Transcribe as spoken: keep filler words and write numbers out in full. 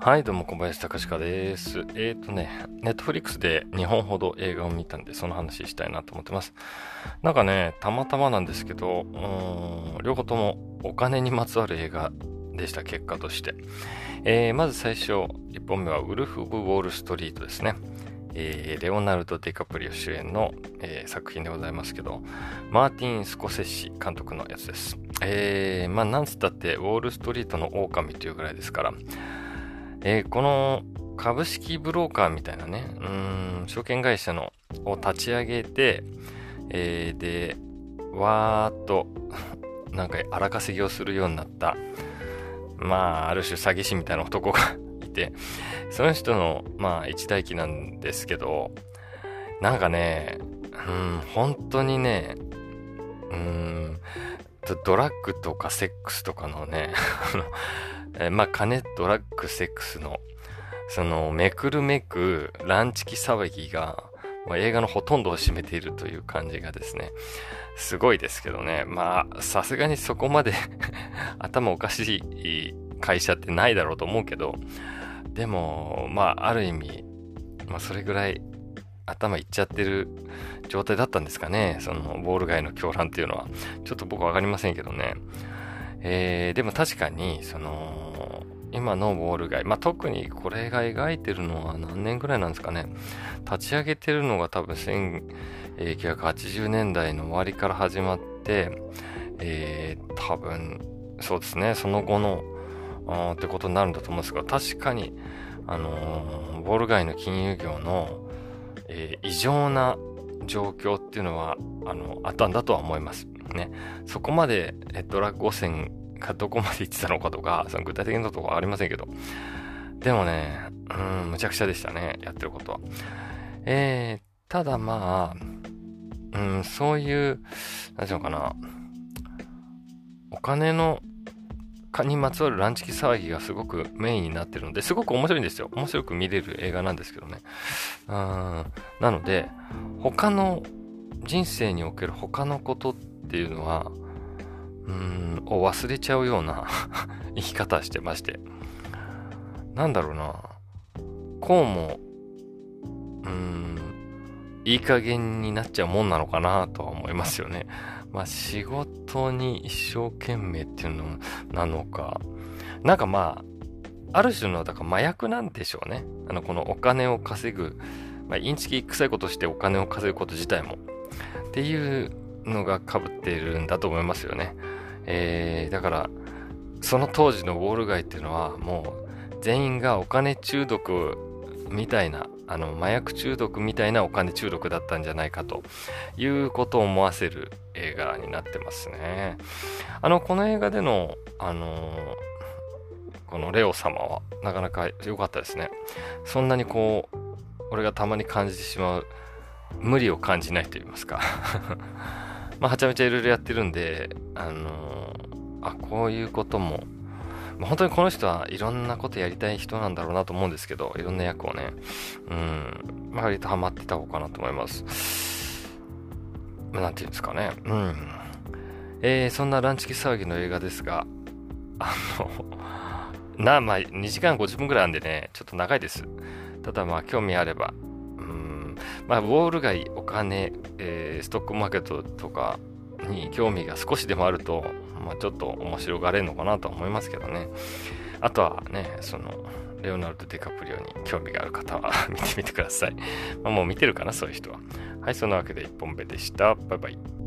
はい、どうも小林隆史です。えーとね、ネットフリックスでにほんほど映画を見たんで、その話したいなと思ってます。なんかね、たまたまなんですけど、うーん、両方ともお金にまつわる映画でした、結果として。えー、まず最初、いっぽんめはウルフ・オブ・ウォール・ストリートですね。えーレオナルド・ディカプリオ主演の、えー作品でございますけど、マーティン・スコセッシ監督のやつです。えー、まあなんつったってウォール・ストリートの狼というぐらいですから、えーこの株式ブローカーみたいなね、うーん、証券会社のを立ち上げて、えーで、わーっと、なんか荒稼ぎをするようになった、まあ、ある種詐欺師みたいな男がいて、その人の、まあ、一代記なんですけど、なんかね、うん、本当にね、うん、ドドラッグとかセックスとかのね、あのえーまあ、金、ドラッグ、セックスの、その、めくるめく、ランチキ騒ぎが、まあ、映画のほとんどを占めているという感じがですね、すごいですけどね。まあ、さすがにそこまで頭おかしい会社ってないだろうと思うけど、でも、まあ、ある意味、まあ、それぐらい頭いっちゃってる状態だったんですかね。その、ウォール街の狂乱っていうのは。ちょっと僕わかりませんけどね。えー、でも確かに、その、今のウォール街、まあ、特にこれが描いてるのは何年ぐらいなんですかね。立ち上げてるのが多分せんきゅうひゃくはちじゅうねんだいの終わりから始まって、えー、多分、そうですね、その後の、あーってことになるんだと思うんですが、確かに、あのーウォール街の金融業の、えー異常な状況っていうのは、あの、あったんだとは思います。ね。そこまで、えドラッグ汚染がどこまで行ってたのかとか、その具体的なところはありませんけど、でもね、うん、むちゃくちゃでしたね、やってることは。えー、ただまあ、うん、そういう、なんていうのかな、お金の、かにまつわるランチキ騒ぎがすごくメインになってるので、すごく面白いんですよ。面白く見れる映画なんですけどね。うん、なので、他の、人生における他のことっていうのは、うーん、を忘れちゃうような生き方してまして。なんだろうな。こうも、うーん、いい加減になっちゃうもんなのかなとは思いますよね。まあ仕事に一生懸命っていうのなのか。なんかまあ、ある種の、だから麻薬なんでしょうね。あの、このお金を稼ぐ、まあ、インチキ臭いことしてお金を稼ぐこと自体も。っていうのが被っているんだと思いますよね。えー、だから、その当時のウォール街っていうのは、もう全員がお金中毒みたいな、あの、麻薬中毒みたいなお金中毒だったんじゃないかということを思わせる映画になってますね。あの、この映画での、あのーこのレオ様はなかなか良かったですね。そんなにこう、俺がたまに感じてしまう無理を感じないと言いますか。まあ、はちゃめちゃいろいろやってるんで、あのーあ、こういうことも、まあ本当にこの人はいろんなことやりたい人なんだろうなと思うんですけど、いろんな役をね、うん、まあ、割とハマってた方かなと思います。まあなんていうんですかね、うん。えー、そんなランチキ騒ぎの映画ですが、あの、な、まあ、にじかんごじゅっぷんくらいなんでね、ちょっと長いです。ただまあ、興味あれば、うん、まあ、ウォール街、お金、えーストックマーケットとかに興味が少しでもあると、まあ、ちょっと面白がれるのかなと思いますけどね。あとはね、その、レオナルド・ディカプリオに興味がある方は見てみてください。まあ、もう見てるかな、そういう人は。はい、そんなわけでいっぽんめでした。バイバイ。